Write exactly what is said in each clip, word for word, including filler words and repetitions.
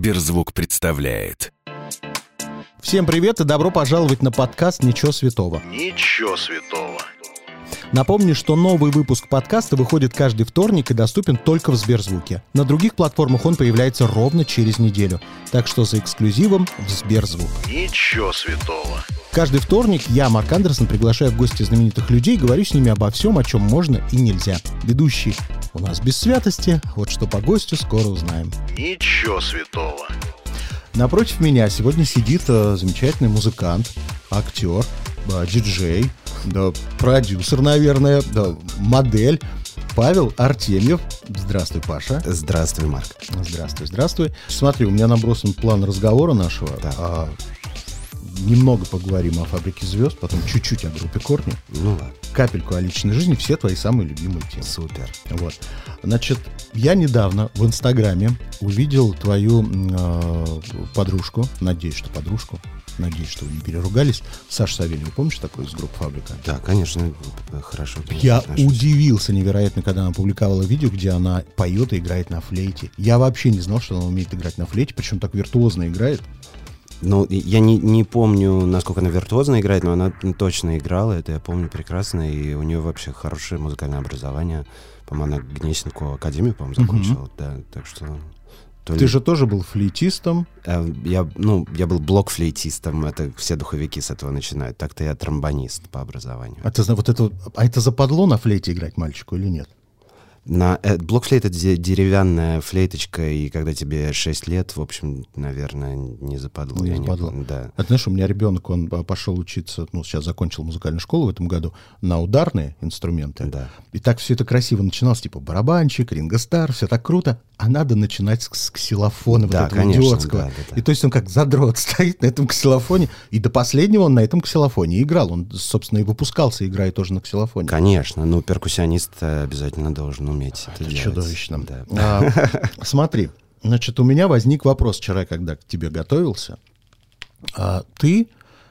Сберзвук представляет. Всем привет и добро пожаловать на подкаст «Ничего святого». Ничего святого. Напомню, что новый выпуск подкаста выходит каждый вторник и доступен только в Сберзвуке. На других платформах он появляется ровно через неделю. Так что за эксклюзивом в Сберзвук. Ничего святого. Каждый вторник я, Марк Андерсон, приглашаю в гости знаменитых людей и говорю с ними обо всем, о чем можно и нельзя. Ведущий у нас без святости, вот что по гостю скоро узнаем. Ничего святого. Напротив меня сегодня сидит э, замечательный музыкант, актер, э, диджей, да, продюсер, наверное, да, модель Павел Артемьев. Здравствуй, Паша. Здравствуй, Марк. Здравствуй, здравствуй. Смотри, у меня набросан план разговора нашего. Да. А, немного поговорим о «Фабрике звезд», потом чуть-чуть о группе «Корни». Ну ладно. Капельку о личной жизни, все твои самые любимые темы. Супер. Вот. Значит, я недавно в Инстаграме увидел твою э, подружку, надеюсь, что подружку, надеюсь, что вы не переругались, Сашу Савельеву, помнишь такую из группы «Фабрика»? Да, конечно, хорошо. Я отношусь. удивился невероятно, когда она опубликовала видео, где она поет и играет на флейте. Я вообще не знал, что она умеет играть на флейте, причем так виртуозно играет. Ну, я не, не помню, насколько она виртуозно играет, но она точно играла, это я помню прекрасно, и у нее вообще хорошее музыкальное образование. По-моему, она Гнесинку академию, по-моему, закончила, uh-huh. да, так что... Ты ли... же тоже был флейтистом? Я, ну, я был блок-флейтистом, это все духовики с этого начинают, так-то я тромбонист по образованию. А, ты, вот это, а это западло на флейте играть мальчику или нет? На, э, блокфлейт — это деревянная флейточка, и когда тебе шесть лет, в общем, наверное, не западло. Не я западло. Не, да. А ты знаешь, у меня ребенок, он пошел учиться, ну, сейчас закончил музыкальную школу в этом году, на ударные инструменты. Да. И так все это красиво начиналось, типа барабанщик, рингостар, все так круто. А надо начинать с, с ксилофона, да, вот этого конечно, идиотского. Да, да, да. И то есть он как задрот стоит на этом ксилофоне, и до последнего он на этом ксилофоне играл. Он, собственно, и выпускался, играя тоже на ксилофоне. Конечно, ну, перкуссионист обязательно должен уметь это, это делать. Чудовищно. Да. А, смотри, значит, у меня возник вопрос вчера, когда к тебе готовился. А, ты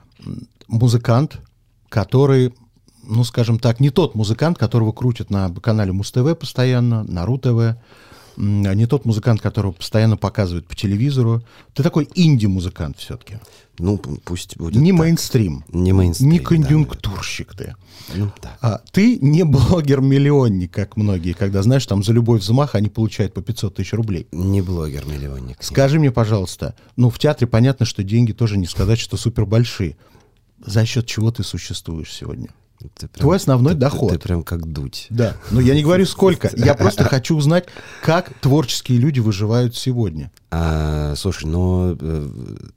музыкант, который, ну, скажем так, не тот музыкант, которого крутят на канале Муз-ТВ постоянно, на РУ-ТВ, не тот музыкант, которого постоянно показывают по телевизору. Ты такой инди-музыкант все-таки. Ну, пусть будет Не так. мейнстрим. Не мейнстрим, Не конъюнктурщик да, ты. Ну, да. А, ты не блогер-миллионник, как многие, когда, знаешь, там за любой взмах они получают по пятьсот тысяч рублей. Не блогер-миллионник. Скажи мне, пожалуйста, ну, в театре понятно, что деньги тоже не сказать, что супер большие. За счет чего ты существуешь сегодня? Ты прям, Твой основной ты, доход. Ты, ты прям как дуть. Да, но я не говорю сколько. Я просто хочу узнать, как творческие люди выживают сегодня. А, слушай, ну, э,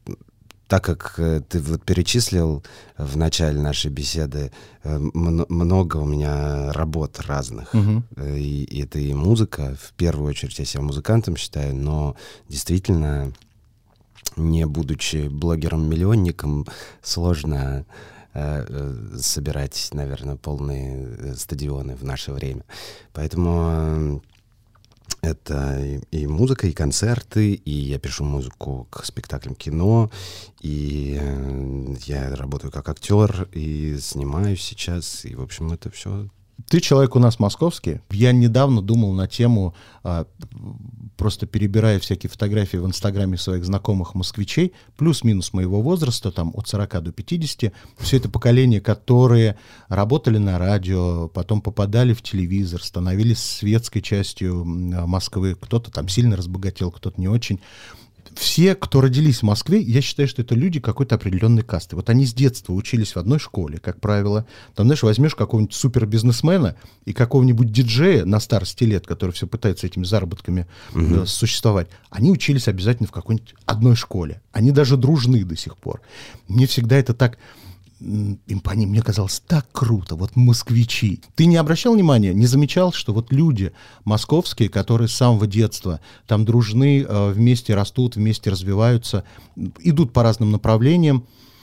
так как э, ты вот перечислил в начале нашей беседы, э, м- много у меня работ разных. Угу. И, и это и музыка. В первую очередь я себя музыкантом считаю, но действительно, не будучи блогером-миллионником, сложно собирать, наверное, полные стадионы в наше время. Поэтому это и, и музыка, и концерты, и я пишу музыку к спектаклям кино, и я работаю как актер, и снимаюсь сейчас, и, в общем, это все... Ты человек у нас московский. Я недавно думал на тему, а, просто перебирая всякие фотографии в Инстаграме своих знакомых москвичей, плюс-минус моего возраста, там от сорока до пятидесяти, все это поколение, которые работали на радио, потом попадали в телевизор, становились светской частью Москвы. Кто-то там сильно разбогател, кто-то не очень. Все, кто родились в Москве, я считаю, что это люди какой-то определенной касты. Вот они с детства учились в одной школе, как правило. Там, знаешь, возьмешь какого-нибудь супербизнесмена и какого-нибудь диджея на старости лет, который все пытается этими заработками mm-hmm. существовать. Они учились обязательно в какой-нибудь одной школе. Они даже дружны до сих пор. Мне всегда это так... импоним, мне казалось так круто, вот москвичи. Ты не обращал внимания, не замечал, что вот люди московские, которые с самого детства там дружны, вместе растут, вместе развиваются, идут по разным направлениям,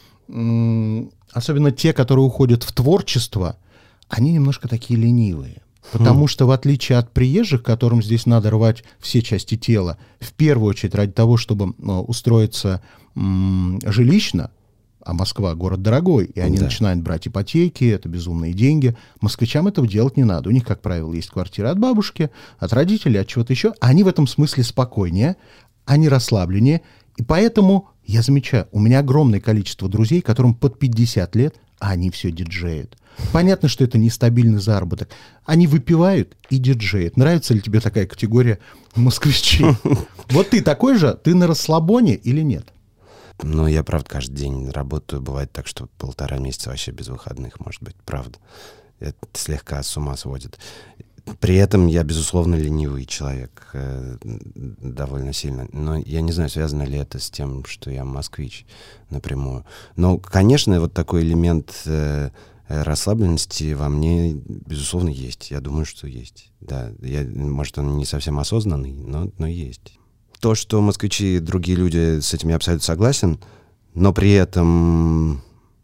особенно те, которые уходят в творчество, они немножко такие ленивые. Потому что, в отличие от приезжих, которым здесь надо рвать все части тела, в первую очередь ради того, чтобы устроиться м- жилищно, а Москва — город дорогой, и они да. начинают брать ипотеки, это безумные деньги. Москвичам этого делать не надо. У них, как правило, есть квартира от бабушки, от родителей, от чего-то еще. Они в этом смысле спокойнее. они расслабленнее, и поэтому, я замечаю, у меня огромное количество друзей, которым под пятьдесят лет, а они все диджеют. Понятно, что это нестабильный заработок. Они выпивают и диджеют. Нравится ли тебе такая категория москвичей? Вот ты такой же? Ты на расслабоне или нет? Ну, я, правда, каждый день работаю. Бывает так, что полтора месяца вообще без выходных, может быть, правда. Это слегка с ума сводит. При этом я, безусловно, ленивый человек, э, довольно сильно. Но я не знаю, связано ли это с тем, что я москвич напрямую. Но, конечно, вот такой элемент э, расслабленности во мне, безусловно, есть. Я думаю, что есть. Да, я, может, он не совсем осознанный, но, но есть. То, что москвичи, другие люди, с этим я абсолютно согласен, но при этом...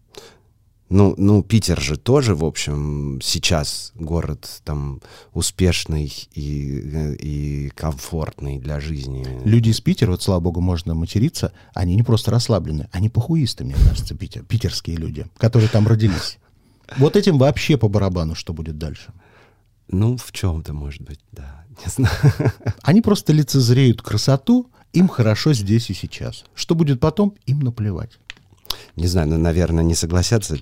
Ну, ну, Питер же тоже, в общем, сейчас город там успешный и, и комфортный для жизни. Люди из Питера, вот, слава богу, можно материться, они не просто расслаблены, они похуисты, мне кажется, питер, питерские люди, которые там родились. Вот этим вообще по барабану, что будет дальше. Ну, в чем-то, может быть, да, не знаю. Они просто лицезреют красоту, им хорошо здесь и сейчас. Что будет потом, им наплевать. Не знаю, но, наверное, не согласятся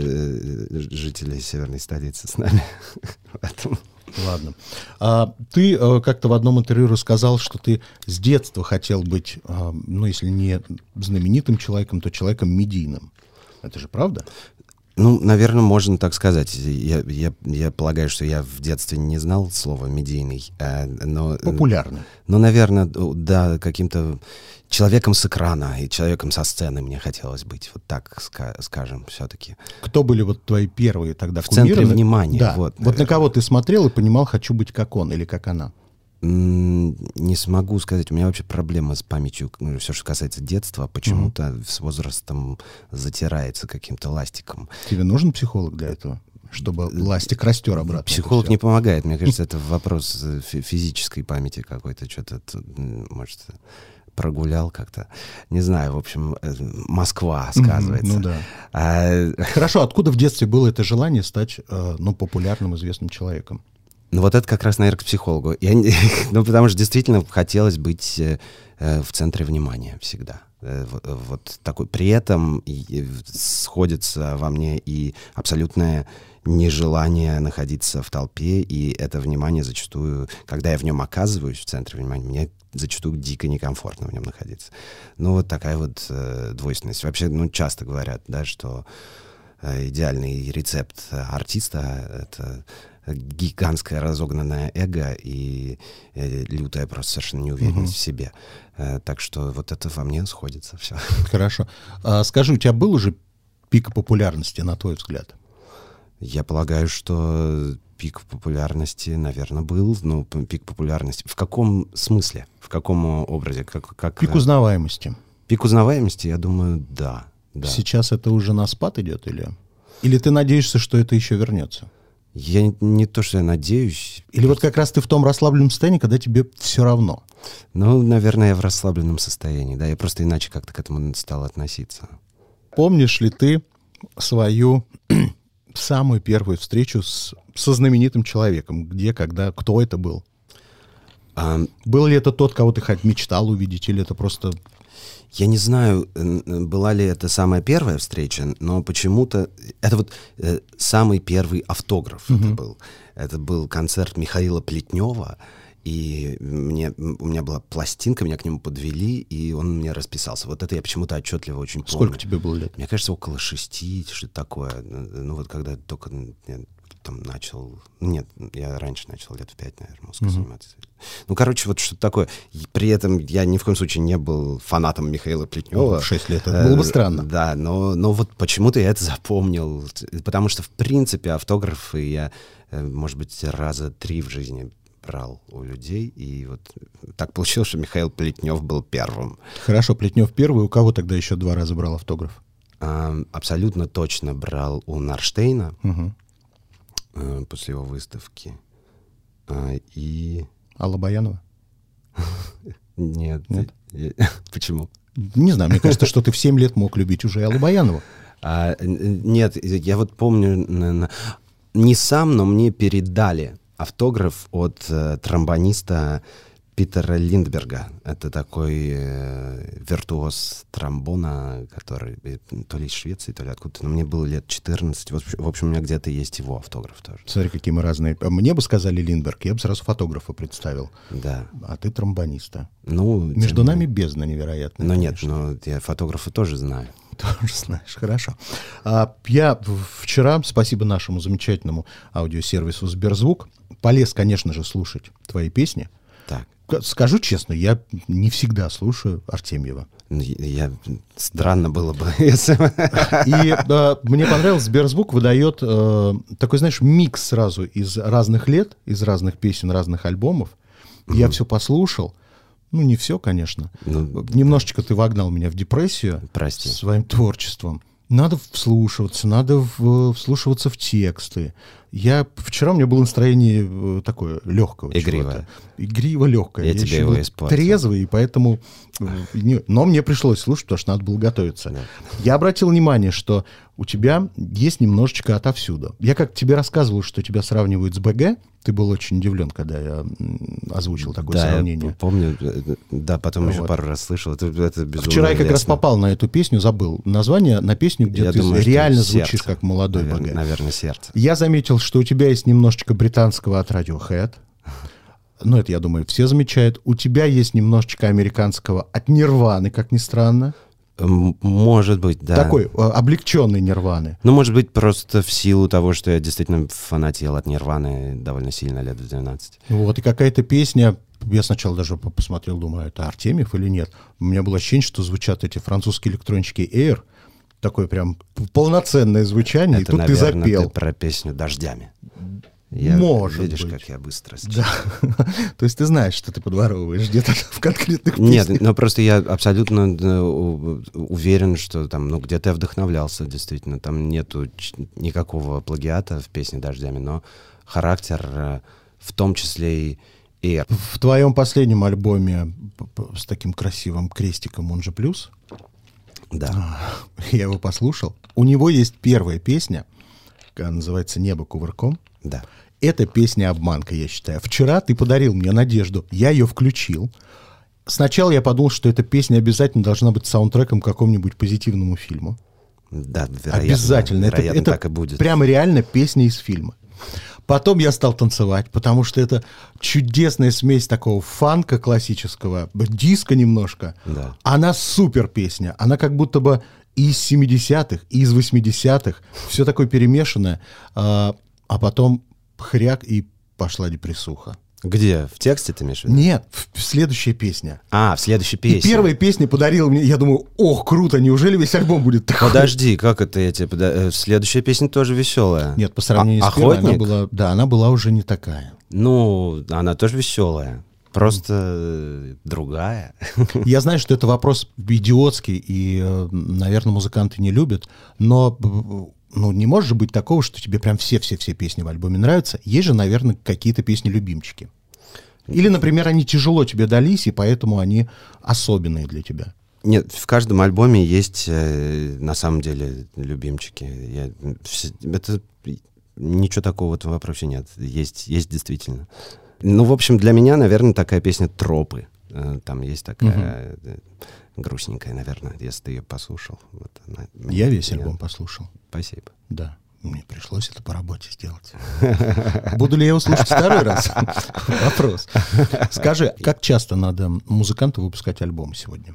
жители северной столицы с нами в этом. Ладно. А, ты а, как-то в одном интервью рассказал, что ты с детства хотел быть, а, ну, если не знаменитым человеком, то человеком медийным. Это же правда? Ну, наверное, можно так сказать. Я, я, я полагаю, что я в детстве не знал слова «медийный». А, но, популярный. Но, наверное, да, каким-то человеком с экрана и человеком со сцены мне хотелось быть. Вот так ска- скажем все-таки. Кто были вот твои первые тогда в кумиры? Центре внимания. Да. Вот, вот на кого ты смотрел и понимал, хочу быть как он или как она? Не смогу сказать. У меня вообще проблема с памятью. Все, что касается детства, почему-то mm-hmm. с возрастом затирается каким-то ластиком. Тебе нужен психолог для этого? Чтобы ластик растер обратно? Психолог не помогает. Мне кажется, это вопрос физической памяти какой-то. Что-то, может, прогулял как-то. Не знаю, в общем, Москва сказывается. Mm-hmm, ну да. А... Хорошо, откуда в детстве было это желание стать ну, популярным, известным человеком? Ну вот это как раз, наверное, к психологу. Я, ну потому что действительно хотелось быть э, в центре внимания всегда. Э, вот, вот такой. При этом и, сходится во мне и абсолютное нежелание находиться в толпе, и это внимание зачастую, когда я в нем оказываюсь, в центре внимания, мне зачастую дико некомфортно в нем находиться. Ну вот такая вот э, двойственность. Вообще, ну часто говорят, да, что э, идеальный рецепт артиста — это гигантское разогнанное эго и э, лютая просто совершенно неуверенность uh-huh. в себе. Э, так что вот это во мне сходится все. Хорошо. А, скажи, у тебя был уже пик популярности, на твой взгляд? Я полагаю, что пик популярности, наверное, был. Но пик популярности... В каком смысле? В каком образе? Как, как... Пик узнаваемости. Пик узнаваемости, я думаю, да. да. Сейчас это уже на спад идет? Или, или ты надеешься, что это еще вернется? Я не, не то, что я надеюсь. Или вот как раз ты в том расслабленном состоянии, когда тебе все равно? Ну, наверное, я в расслабленном состоянии, да. Я просто иначе как-то к этому стал относиться. Помнишь ли ты свою самую первую встречу с, со знаменитым человеком? Где, когда, кто это был? А... Был ли это тот, кого ты хоть мечтал увидеть, или это просто... Я не знаю, была ли это самая первая встреча, но почему-то... Это вот э, самый первый автограф mm-hmm. это был. Это был концерт Михаила Плетнева, и мне, у меня была пластинка, меня к нему подвели, и он мне расписался. Вот это я почему-то отчетливо очень помню. Сколько тебе было лет? Мне кажется, около шести, что-то такое. Ну вот когда только... Я там начал... Нет, я раньше начал, лет в пять, наверное, музыкой mm-hmm. заниматься. Ну, короче, вот что-то такое. И при этом я ни в коем случае не был фанатом Михаила Плетнева. В шесть лет. Это было бы странно. Да, но, но вот почему-то я это запомнил. Потому что, в принципе, автографы я, может быть, раза три в жизни брал у людей. И вот так получилось, что Михаил Плетнев был первым. Хорошо, Плетнев первый. У кого тогда еще два раза брал автограф? А, абсолютно точно брал у Нарштейна. Угу. После его выставки. А, и... Алла Баянова? Нет. Нет? Я... Почему? Не знаю, мне кажется, что ты в семь лет мог любить уже Аллу Баянову. А, нет, я вот помню, не сам, но мне передали автограф от э, тромбониста Питера Линдберга. Это такой э, виртуоз тромбона, который э, то ли из Швеции, то ли откуда-то. Но мне было лет четырнадцать. Вот, в общем, у меня где-то есть его автограф тоже. Смотри, какие мы разные. Мне бы сказали Линдберг, я бы сразу фотографа представил. Да. А ты тромбониста. Ну, Между тем... нами бездна невероятная. Ну нет, но я фотографа тоже знаю. Тоже знаешь, хорошо. А, я вчера, спасибо нашему замечательному аудиосервису Сберзвук, полез, конечно же, слушать твои песни. Так. Скажу честно, я не всегда слушаю Артемьева. Я... Странно было бы, если... И э, мне понравилось, Сберзвук выдает э, такой, знаешь, микс сразу из разных лет, из разных песен, разных альбомов. Mm-hmm. Я все послушал. Ну, не все, конечно. Ну, Немножечко ты вогнал меня в депрессию. Прости. Своим творчеством. Надо вслушиваться, надо в, вслушиваться в тексты. Я вчера у меня было настроение такое легкого. Игривое. Игриво-легкое. Я, я тебе его испортил. Трезвый, и поэтому... Не, но мне пришлось слушать, потому что надо было готовиться. Да. Я обратил внимание, что у тебя есть немножечко отовсюду. Я как тебе рассказывал, что тебя сравнивают с БГ. Ты был очень удивлен, когда я озвучил такое да, сравнение. Я помню. Да, потом вот. еще пару раз слышал. Это, это безумно Вчера я как лестно. раз попал на эту песню, забыл название, на песню, где я ты думаю, реально сердце. звучишь как молодой Навер- БГ. Наверное, сердце. Я заметил, что у тебя есть немножечко британского от Radiohead. Ну, это, я думаю, все замечают. У тебя есть немножечко американского от Нирваны, как ни странно. Может быть, да. Такой облегченный Нирваны. Ну, может быть, просто в силу того, что я действительно фанател от Нирваны довольно сильно лет в двенадцать. Вот, и какая-то песня, я сначала даже посмотрел, думаю, это Артемьев или нет. У меня было ощущение, что звучат эти французские электрончики Air. Такое прям полноценное звучание, это, и тут наверное, ты запел. Ты про песню «Дождями». Я, Может видишь, быть. как я быстро сейчас. Да. То есть ты знаешь, что ты подворовываешь где-то в конкретных песнях. Нет, но просто я абсолютно уверен, что там, ну, где-то я вдохновлялся, действительно. Там нету никакого плагиата в песне «Дождями», но характер, в том числе и Air. В твоем последнем альбоме с таким красивым крестиком, он же плюс? Да. Я его послушал. У него есть первая песня, называется «Небо кувырком». Да. Это песня-обманка, я считаю. Вчера ты подарил мне надежду, я ее включил. Сначала я подумал, что эта песня обязательно должна быть саундтреком к какому-нибудь позитивному фильму. Да, вероятно. Обязательно. Вероятно, это, это так и будет. Прямо реально песня из фильма. Потом я стал танцевать, потому что это чудесная смесь такого фанка классического, диска немножко. Да. Она супер песня. Она как будто бы и из семидесятых, и из восьмидесятых. Все такое перемешанное. А, а потом хряк, и пошла депрессуха. Где? В тексте ты имеешь в виду? Нет, в, следующая песня. А, в следующей песне. И первая песня подарила мне, я думаю, ох, круто, неужели весь альбом будет такой? Подожди, как это я тебе пода... Следующая песня тоже веселая. Нет, по сравнению а- с первой, Охотник? она была, да, она была уже не такая. Ну, она тоже веселая. Просто другая. Я знаю, что это вопрос идиотский, и, наверное, музыканты не любят, но ну, не может же быть такого, что тебе прям все-все-все песни в альбоме нравятся. Есть же, наверное, какие-то песни-любимчики. Или, например, они тяжело тебе дались, и поэтому они особенные для тебя. Нет, в каждом альбоме есть, э, на самом деле, любимчики. Я, все, это, ничего такого в этом вопросе нет. Есть, есть действительно. Ну, в общем, для меня, наверное, такая песня «Тропы». Э, там есть такая угу. грустненькая, наверное, если ты ее послушал. Вот она, Я весь меня... альбом послушал. Спасибо. Да. Мне пришлось это по работе сделать. Буду ли я его слушать второй раз? Вопрос. Скажи, как часто надо музыканту выпускать альбом сегодня?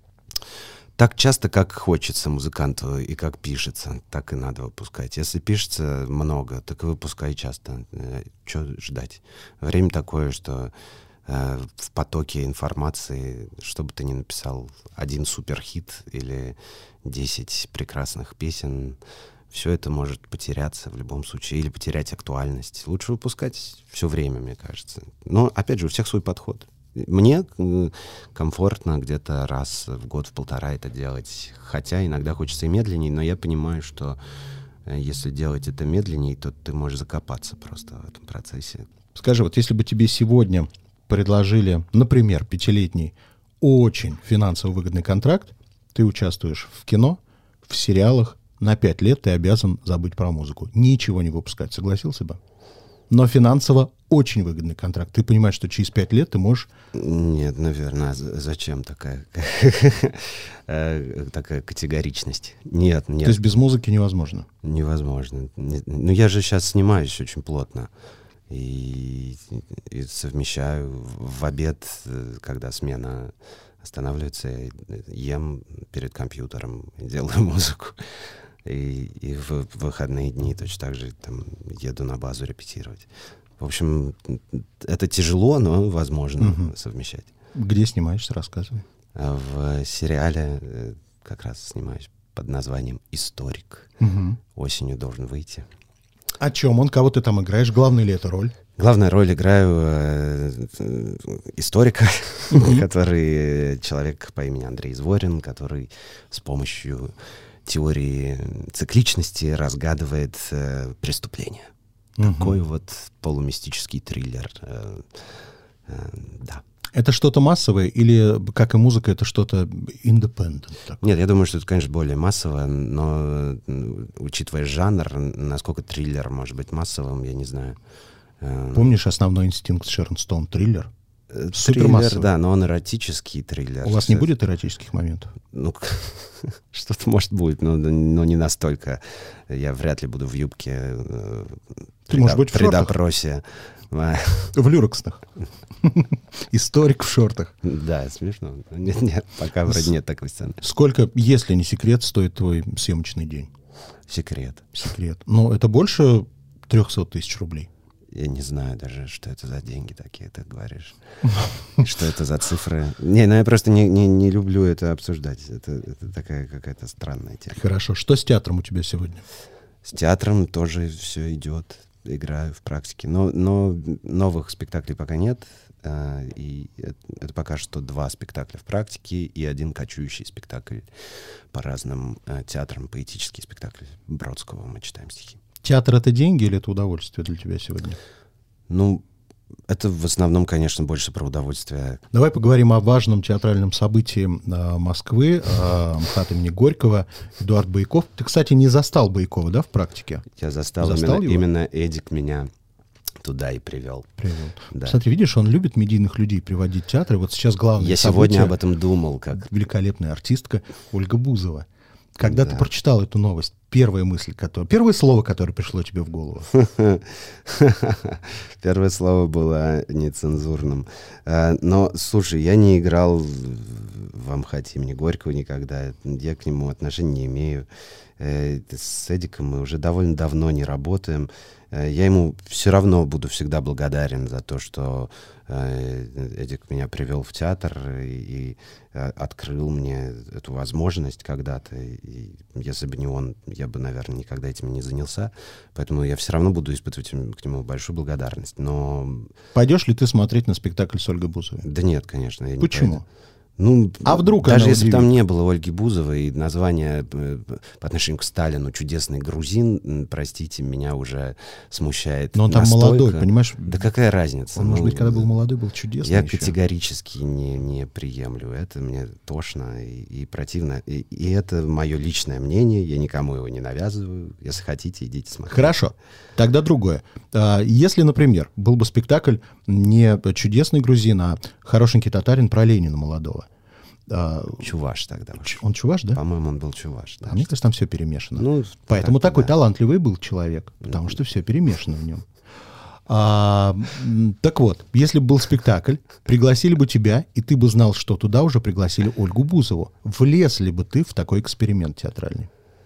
Так часто, как хочется музыканту и как пишется, так и надо выпускать. Если пишется много, так и выпускай часто. Что ждать? Время такое, что э, в потоке информации, что бы ты ни написал, один суперхит или десять прекрасных песен, все это может потеряться в любом случае или потерять актуальность. Лучше выпускать все время, мне кажется. Но, опять же, у всех свой подход. Мне комфортно где-то раз в год, в полтора это делать. Хотя иногда хочется и медленнее, но я понимаю, что если делать это медленнее, то ты можешь закопаться просто в этом процессе. Скажи, вот если бы тебе сегодня предложили, например, пятилетний, очень финансово выгодный контракт, ты участвуешь в кино, в сериалах, на пять лет ты обязан забыть про музыку. Ничего не выпускать. Согласился бы? но финансово очень выгодный контракт. Ты понимаешь, что через пять лет ты можешь... Нет, наверное, а зачем такая, такая категоричность? Нет, нет. То есть без музыки невозможно? Невозможно. Ну, я же сейчас снимаюсь очень плотно. И, и совмещаю в обед, когда смена останавливается, я ем перед компьютером, делаю музыку. И, и в выходные дни точно так же там, еду на базу репетировать. В общем, это тяжело, но возможно угу. совмещать. Где снимаешься, рассказывай. В сериале как раз снимаюсь под названием «Историк». Угу. Осенью должен выйти. О чем он? Кого ты там играешь? Главная ли это роль? Главную роль играю э, историка, mm-hmm. который человек по имени Андрей Зворин, который с помощью теории цикличности разгадывает э, преступления. Mm-hmm. Такой вот полумистический триллер. Э, э, да. Это что-то массовое или, как и музыка, это что-то independent? Такое? Нет, я думаю, что это, конечно, более массово, но учитывая жанр, насколько триллер может быть массовым, я не знаю. Помнишь «Основной инстинкт» Шерон Стоун? Триллер? Триллер, да, но он эротический триллер. У вас не будет эротических моментов? Ну, что-то может будет, но, но не настолько. Я вряд ли буду в юбке. Ты, может быть, в при допросе. В люрексных. Историк в шортах. Да, смешно. Нет, нет, пока вроде нет такой сцены. Сколько, если не секрет, стоит твой съемочный день? Секрет. Секрет. Но это больше трехсот тысяч рублей. Я не знаю даже, что это за деньги такие, ты говоришь. Что это за цифры. Не, ну я просто не, не, не люблю это обсуждать. Это, это такая какая-то странная тема. Хорошо. Что с театром у тебя сегодня? С театром тоже все идет. Играю в практике. Но, но новых спектаклей пока нет. И это, это пока что два спектакля в практике и один кочующий спектакль по разным театрам. Поэтический спектакль Бродского. Мы читаем стихи. Театр — это деньги или это удовольствие для тебя сегодня? Ну, это в основном, конечно, больше про удовольствие. Давай поговорим о важном театральном событии э, Москвы, э, МХАТ имени Горького, Эдуард Байков. Ты, кстати, не застал Байкова, да, в практике? Я застал, застал именно, именно Эдик меня туда и привел. Привел. Да. Смотри, видишь, он любит медийных людей приводить в театры. Вот сейчас главное Я событие, сегодня об этом думал. Как... великолепная артистка Ольга Бузова. Когда да. ты прочитал эту новость, первая мысль, которая, первое слово, которое пришло тебе в голову? Первое слово было нецензурным. Но, слушай, я не играл в МХАТ имени Горького никогда. Я к нему отношения не имею. С Эдиком мы уже довольно давно не работаем. Я ему все равно буду всегда благодарен за то, что Эдик меня привел в театр и, и открыл мне эту возможность когда-то. И если бы не он, я бы, наверное, никогда этим не занялся. Поэтому я все равно буду испытывать к нему большую благодарность. Но... Пойдешь ли ты смотреть на спектакль с Ольгой Бузовой? Да нет, конечно. Я Почему? Не пойду. Ну, а вдруг даже она если удивит? бы там не было Ольги Бузовой, название э, по отношению к Сталину «Чудесный грузин», простите, меня уже смущает. Но он там настолько. молодой, понимаешь? Да какая разница? Он, ну, может быть, когда был молодой, был чудесный. Я еще. категорически не, не приемлю. Это мне тошно и, и противно. И, и это мое личное мнение. Я никому его не навязываю. Если хотите, идите смотреть. Хорошо. Тогда другое. Если, например, был бы спектакль не «Чудесный грузин», а «Хорошенький татарин» про Ленина молодого. Чуваш тогда. Он чуваш, да? По-моему, он был чуваш. Да, а мне кажется, там все перемешано. Ну, Поэтому так, такой да. талантливый был человек, потому что все перемешано в нем. А, так вот, если бы был спектакль, пригласили бы тебя, и ты бы знал, что туда уже пригласили Ольгу Бузову. Влез ли бы ты в такой эксперимент театральный?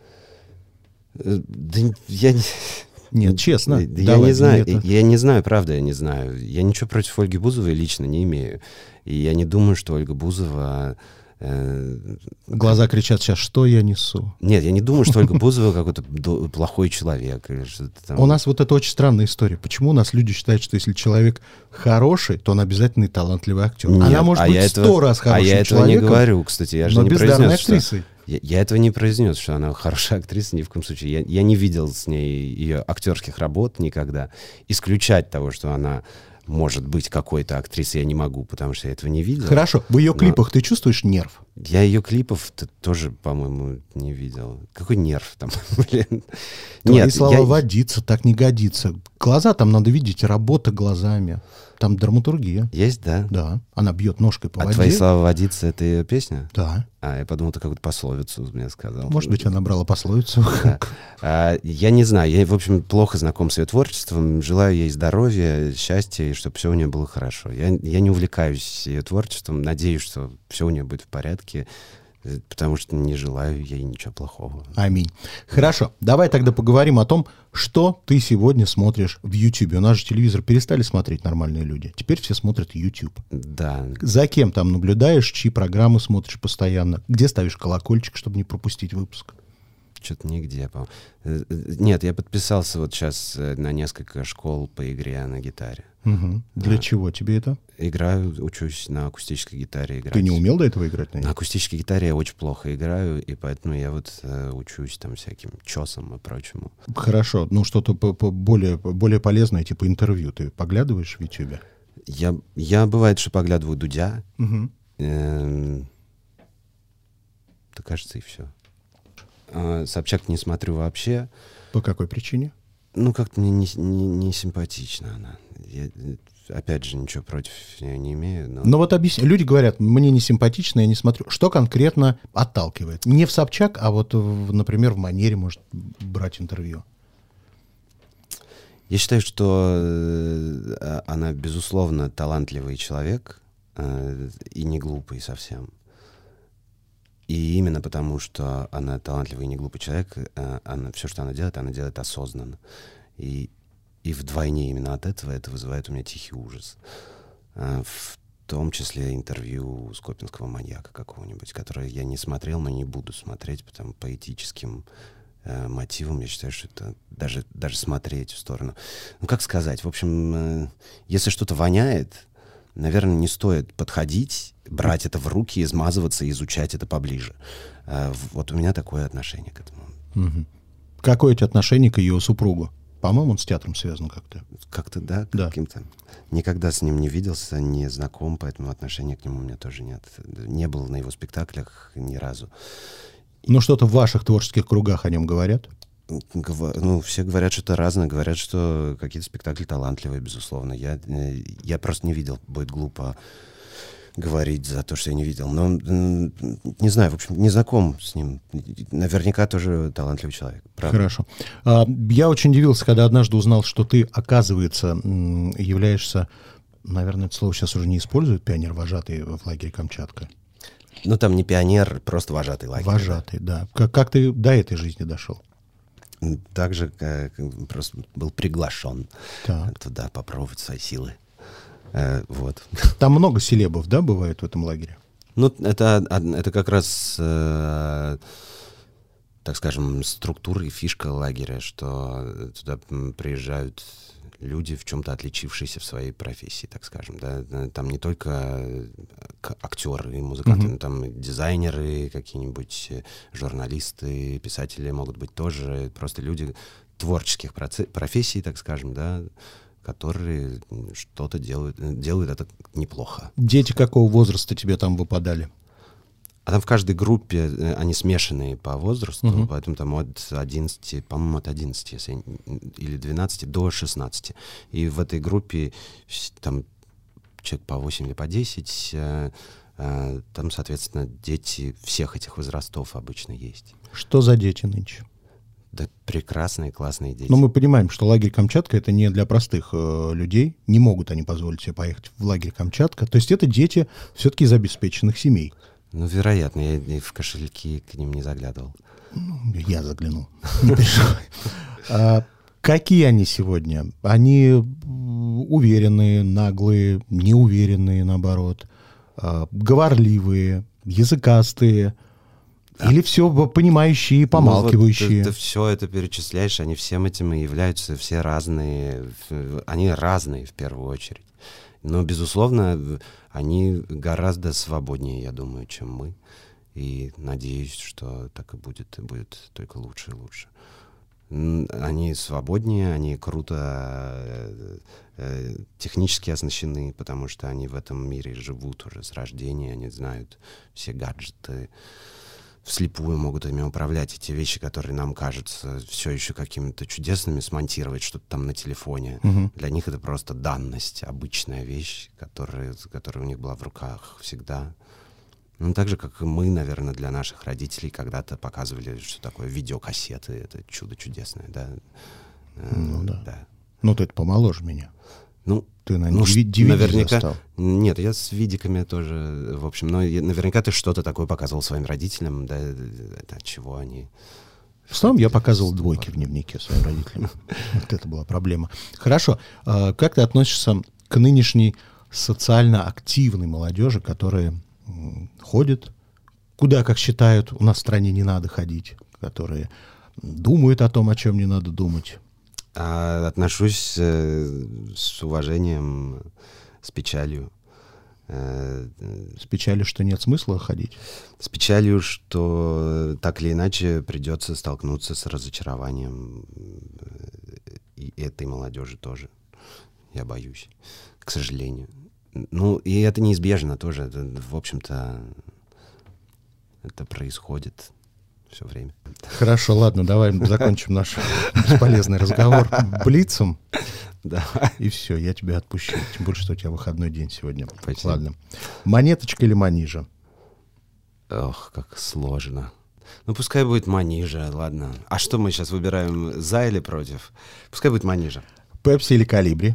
Да я не... Нет, честно. Я Давай, не знаю, это... я не знаю, правда, я не знаю. Я ничего против Ольги Бузовой лично не имею. И я не думаю, что Ольга Бузова... Э, Глаза кричат сейчас, что я несу? Нет, я не думаю, что Ольга Бузова какой-то плохой человек. Или что-то там. У нас вот это очень странная история. Почему у нас люди считают, что если человек хороший, то он обязательно и талантливый актер? Нет, Она может а быть этого, сто раз хорошим человеком. А я этого человеком, не говорю, кстати. Я же но не бездарной произнес, актрисой. Что... Я, я этого не произнес, что она хорошая актриса, ни в коем случае. Я, я не видел с ней ее актерских работ никогда. Исключать того, что она может быть какой-то актрисой, я не могу, потому что я этого не видел. Хорошо, в ее но... клипах ты чувствуешь нерв? Я ее клипов тоже, по-моему, не видел. Какой нерв там, блин. Твои Нет, слова я... водиться, так не годится. Глаза там надо видеть, работа глазами. Там драматургия. Есть, да? Да. Она бьет ножкой по а воде. «Твои слова водиться» — это ее песня? Да. А, я подумал, ты какую-то пословицу мне сказал. Может быть, она брала пословицу. Да. А, я не знаю, я, в общем, плохо знаком с ее творчеством. Желаю ей здоровья, счастья, и чтобы все у нее было хорошо. Я, я не увлекаюсь ее творчеством, надеюсь, что все у нее будет в порядке, потому что не желаю ей ничего плохого. Аминь. Хорошо, давай тогда поговорим о том, что ты сегодня смотришь в Ютьюбе. У нас же телевизор перестали смотреть нормальные люди. Теперь все смотрят Ютьюб. Да. За кем там наблюдаешь, чьи программы смотришь постоянно? Где ставишь колокольчик, чтобы не пропустить выпуск? Что-то нигде, по-моему. Нет, я подписался вот сейчас на несколько школ по игре на гитаре. Угу. Для Да. чего тебе это? Играю, учусь на акустической гитаре играть. Ты не умел до этого играть на ней? На акустической гитаре я очень плохо играю, и поэтому я вот э, учусь там всяким чесам и прочему. Хорошо, ну что-то по- по- более, более полезное, типа интервью. Ты поглядываешь в Ютьюбе? Я, я бывает, что поглядываю Дудя. Угу. Эм, да, кажется, и все. А, Собчак не смотрю вообще. По какой причине? Ну, как-то мне не, не, не симпатична она. Я, опять же, ничего против нее не имею. Но... Ну вот объясни. Люди говорят, мне не симпатично, я не смотрю. Что конкретно отталкивает? Не в Собчак, а вот, в, например, в манере может брать интервью. Я считаю, что э, она, безусловно, талантливый человек э, и не глупый совсем. И именно потому, что она талантливый и не глупый человек, э, она, все, что она делает, она делает осознанно. И, и вдвойне именно от этого это вызывает у меня тихий ужас. Э, в том числе интервью Скопинского маньяка какого-нибудь, которое я не смотрел, но не буду смотреть, потому по этическим э, мотивам я считаю, что это даже, даже смотреть в сторону. Ну, как сказать? В общем, э, если что-то воняет, наверное, не стоит подходить, брать это в руки, измазываться и изучать это поближе. Э, вот у меня такое отношение к этому. Угу. Какое у тебя отношение к ее супругу? По-моему, он с театром связан как-то. Как-то, да, Да. каким-то. Никогда с ним не виделся, не знаком, поэтому отношения к нему у меня тоже нет. Не был на его спектаклях ни разу. Ну, что-то в ваших творческих кругах о нем говорят? Гва- Ну, все говорят что-то разное, говорят, что какие-то спектакли талантливые, безусловно. Я, э, я просто не видел, будет глупо говорить за то, что я не видел. Но, м, не знаю, в общем, не знаком с ним. Наверняка тоже талантливый человек. Правда. Хорошо. А, я очень удивился, когда однажды узнал, что ты, оказывается, м, являешься, наверное, это слово сейчас уже не используют, пионер-вожатый в лагере Камчатка. Ну, там не пионер, просто вожатый лагерь. Вожатый, да. Как, как ты до этой жизни дошел? Да. Так же, как просто был приглашен Так. туда попробовать свои силы. Э, вот. Там много селебов, да, бывает в этом лагере? Ну, это, это как раз, э, так скажем, структура и фишка лагеря, что туда м, приезжают люди, в чем-то отличившиеся в своей профессии, так скажем. Да? Там не только к- актеры и музыканты, Мгм. но там и дизайнеры, какие-нибудь э, журналисты, писатели могут быть тоже, просто люди творческих проце- профессий, так скажем, да, которые что-то делают, делают это неплохо. Дети какого возраста тебе там выпадали? А там в каждой группе э, они смешанные по возрасту, Мгм. поэтому там от одиннадцати, по-моему, от одиннадцати, если я не- или двенадцати до шестнадцати. И в этой группе вс- там человек по восемь или по десять, э, э, там, соответственно, дети всех этих возрастов обычно есть. Что за дети нынче? Да прекрасные, классные дети. Но мы понимаем, что лагерь Камчатка — это не для простых э, людей. Не могут они позволить себе поехать в лагерь Камчатка. То есть это дети все-таки из обеспеченных семей. Ну, вероятно, я и в кошельки к ним не заглядывал. Ну, я заглянул. Не переживай. А какие они сегодня? Они м, уверенные, наглые, неуверенные, наоборот, а, говорливые, языкастые, или все понимающие и помалкивающие? Ну, вот ты, ты все это перечисляешь, они всем этим и являются, все разные, в- они разные в первую очередь. Но, безусловно, они гораздо свободнее, я думаю, чем мы. И надеюсь, что так и будет, и будет только лучше и лучше. Они свободнее, они круто э, э, технически оснащены, потому что они в этом мире живут уже с рождения, они знают все гаджеты, вслепую могут ими управлять. И те вещи, которые нам кажутся все еще какими-то чудесными, смонтировать что-то там на телефоне, угу. Для них это просто данность, обычная вещь, которая, которая у них была в руках всегда. Ну, так же, как и мы, наверное, для наших родителей когда-то показывали, что такое видеокассеты. Это чудо чудесное, да? Ну, да. да. Ну, ты это помоложе меня. Ну, ты, наверное, ну, ди ви ди наверняка... застал. Нет, я с видиками тоже, в общем, но я, наверняка ты что-то такое показывал своим родителям, да, от чего они... В основном я показывал двойки в дневнике своим родителям. Вот это была проблема. Хорошо. Как ты относишься к нынешней социально активной молодежи, которая ходит, куда, как считают, у нас в стране не надо ходить, которые думают о том, о чем не надо думать? А, отношусь э, с уважением, с печалью. Э, с печалью, что нет смысла ходить? С печалью, что так или иначе придется столкнуться с разочарованием и этой молодежи тоже. Я боюсь, к сожалению. Ну, и это неизбежно тоже. Это, в общем-то, это происходит все время. Хорошо, ладно, давай закончим наш бесполезный разговор блицом. Да. И все, я тебя отпущу. Тем более, что у тебя выходной день сегодня. Спасибо. Ладно. Монеточка или манижа? Ох, как сложно. Ну, пускай будет манижа, ладно. А что мы сейчас выбираем, за или против? Пускай будет манижа. Пепси или колибри?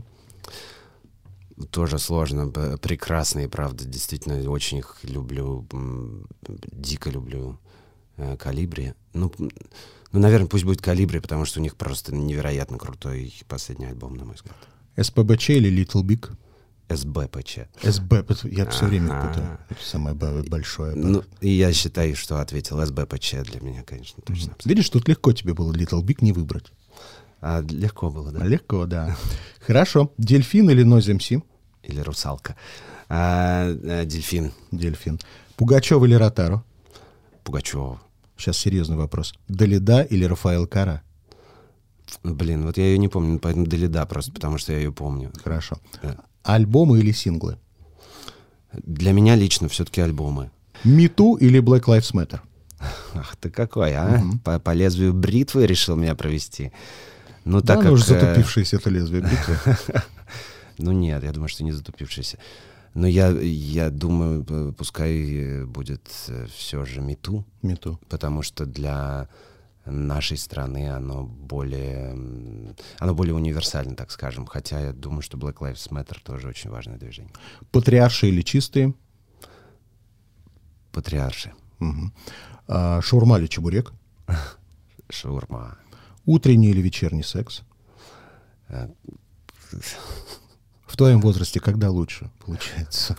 Тоже сложно. Прекрасные, правда, действительно, очень их люблю. Дико люблю колибри. Ну, ну, наверное, пусть будет колибри, потому что у них просто невероятно крутой последний альбом, на мой взгляд. эс пэ бэ че или Little Big? эс бэ пэ че. эс бэ, я все время путаю. Это самое большое. Ну, и я считаю, что ответил эс бэ пэ че для меня, конечно, точно. Mm-hmm. Видишь, тут легко тебе было Little Big не выбрать. А, легко было, да? Легко, да. Хорошо. Дельфин или Noise эм си? Или русалка. А, а, дельфин. Дельфин. Пугачев или Ротару? Пугачев. Сейчас серьезный вопрос. Далида или Рафаэл Кара? Блин, вот я ее не помню, поэтому Далида просто, потому что я ее помню. Хорошо. Да. Альбомы или синглы? Для меня лично все-таки альбомы. Мету или Black Lives Matter? Ах ты какой, а? Угу. По, по лезвию бритвы решил меня провести. Ну, да, так ну как... уж затупившееся это лезвие бритвы. Ну нет, я думаю, что не затупившийся. Но я, я думаю, пускай будет все же Мету. Мету. Потому что для нашей страны оно более, оно более универсально, так скажем. Хотя я думаю, что Black Lives Matter тоже очень важное движение. Патриарши или чистые? Патриарши. Угу. А, шаурма или чебурек? Шаурма. Утренний или вечерний секс? В твоем возрасте когда лучше получается?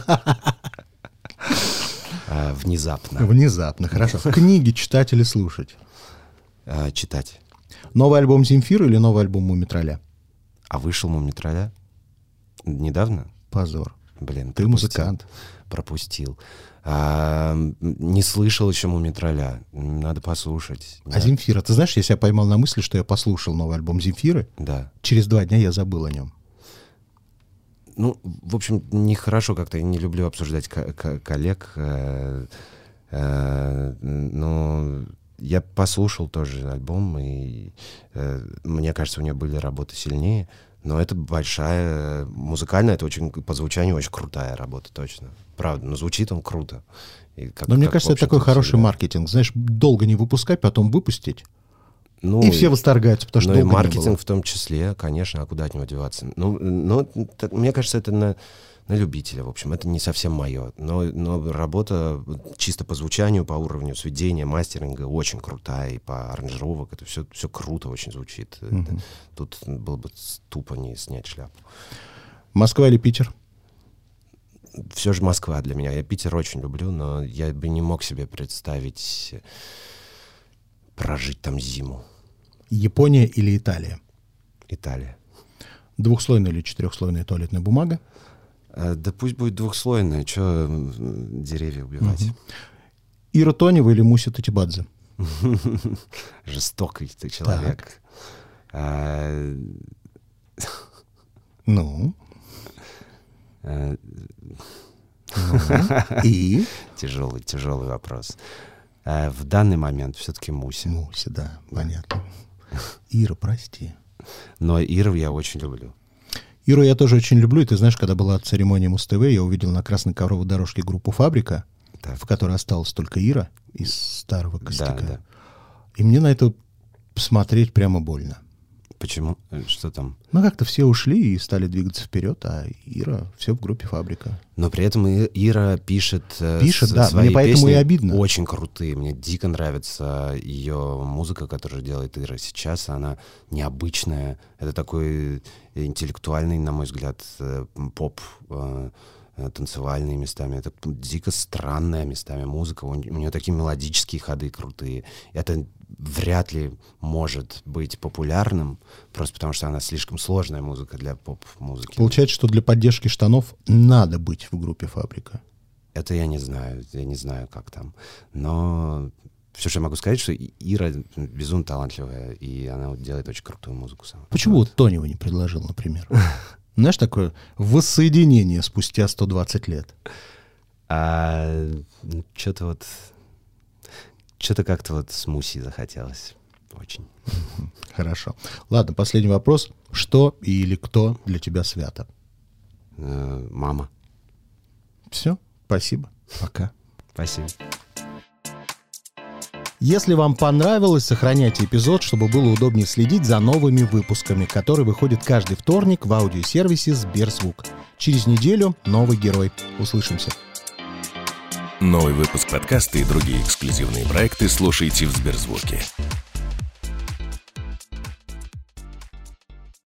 А, внезапно. Внезапно, хорошо. Книги читать или слушать? А, читать. Новый альбом Земфира или новый альбом Мумитроля? А вышел Мумитроля? Недавно? Позор. Блин, ты пропустил. Музыкант. Пропустил. А, не слышал еще Мумитроля. Надо послушать. А да. Земфира? Ты знаешь, я себя поймал на мысли, что я послушал новый альбом Земфиры. Да. Через два дня я забыл о нем. Ну, в общем, нехорошо как-то. Я не люблю обсуждать коллег. Э, э, но я послушал тоже альбом, и э, мне кажется, у нее были работы сильнее. Но это большая... Музыкально это очень, по звучанию очень крутая работа, точно. Правда, но звучит он круто. И как, но мне как, кажется, это такой хороший всегда. маркетинг. Знаешь, долго не выпускать, потом выпустить. Ну, и все восторгаются, потому что ну, долго и маркетинг не было. в том числе, конечно, а куда от него деваться? Ну, но, так, мне кажется, это на, на любителя, в общем, это не совсем мое. Но, но работа чисто по звучанию, по уровню сведения, мастеринга очень крутая, и по аранжировок, это все, все круто очень звучит. Mm-hmm. Это, тут было бы тупо не снять шляпу. Москва или Питер? Все же Москва для меня. Я Питер очень люблю, но я бы не мог себе представить прожить там зиму. Япония или Италия? Италия. Двухслойная или четырехслойная туалетная бумага? А, да пусть будет двухслойная, что деревья убивать. Угу. Ира Тонева или Муся Татибадзе? Жестокий ты человек. А... Ну? А... Ну? И? Тяжелый, тяжелый вопрос. А в данный момент все-таки Муся. Муся, да, понятно. Ира, прости. Но Иру я очень люблю. Иру я тоже очень люблю. И ты знаешь, когда была церемония Муз-ТВ, я увидел на красной ковровой дорожке группу «Фабрика», так. в которой осталась только Ира из старого костяка. Да, да. И мне на это смотреть прямо больно. Почему? Что там? Ну, как-то все ушли и стали двигаться вперед, а Ира все в группе «Фабрика». Но при этом Ира пишет, пишет с, да, свои мне поэтому песни и обидно. Очень крутые. Мне дико нравится ее музыка, которую делает Ира сейчас. Она необычная. Это такой интеллектуальный, на мой взгляд, поп, танцевальный местами. Это дико странная местами музыка. У нее такие мелодические ходы крутые. Это вряд ли может быть популярным, просто потому что она слишком сложная музыка для поп-музыки. Получается, что для поддержки штанов надо быть в группе «Фабрика». Это я не знаю, я не знаю, как там. Но все, что я могу сказать, что Ира безумно талантливая, и она вот делает очень крутую музыку сама. Почему вот Тонева не предложил, например? Знаешь, такое воссоединение спустя сто двадцать лет. А, что-то вот... Что-то как-то вот с Мусей захотелось. Очень. Хорошо. Ладно, последний вопрос. Что или кто для тебя свято? Э, мама. Все. Спасибо. Пока. Спасибо. Если вам понравилось, сохраняйте эпизод, чтобы было удобнее следить за новыми выпусками, которые выходят каждый вторник в аудиосервисе Сберзвук. Через неделю новый герой. Услышимся. Новый выпуск подкаста и другие эксклюзивные проекты слушайте в Сберзвуке.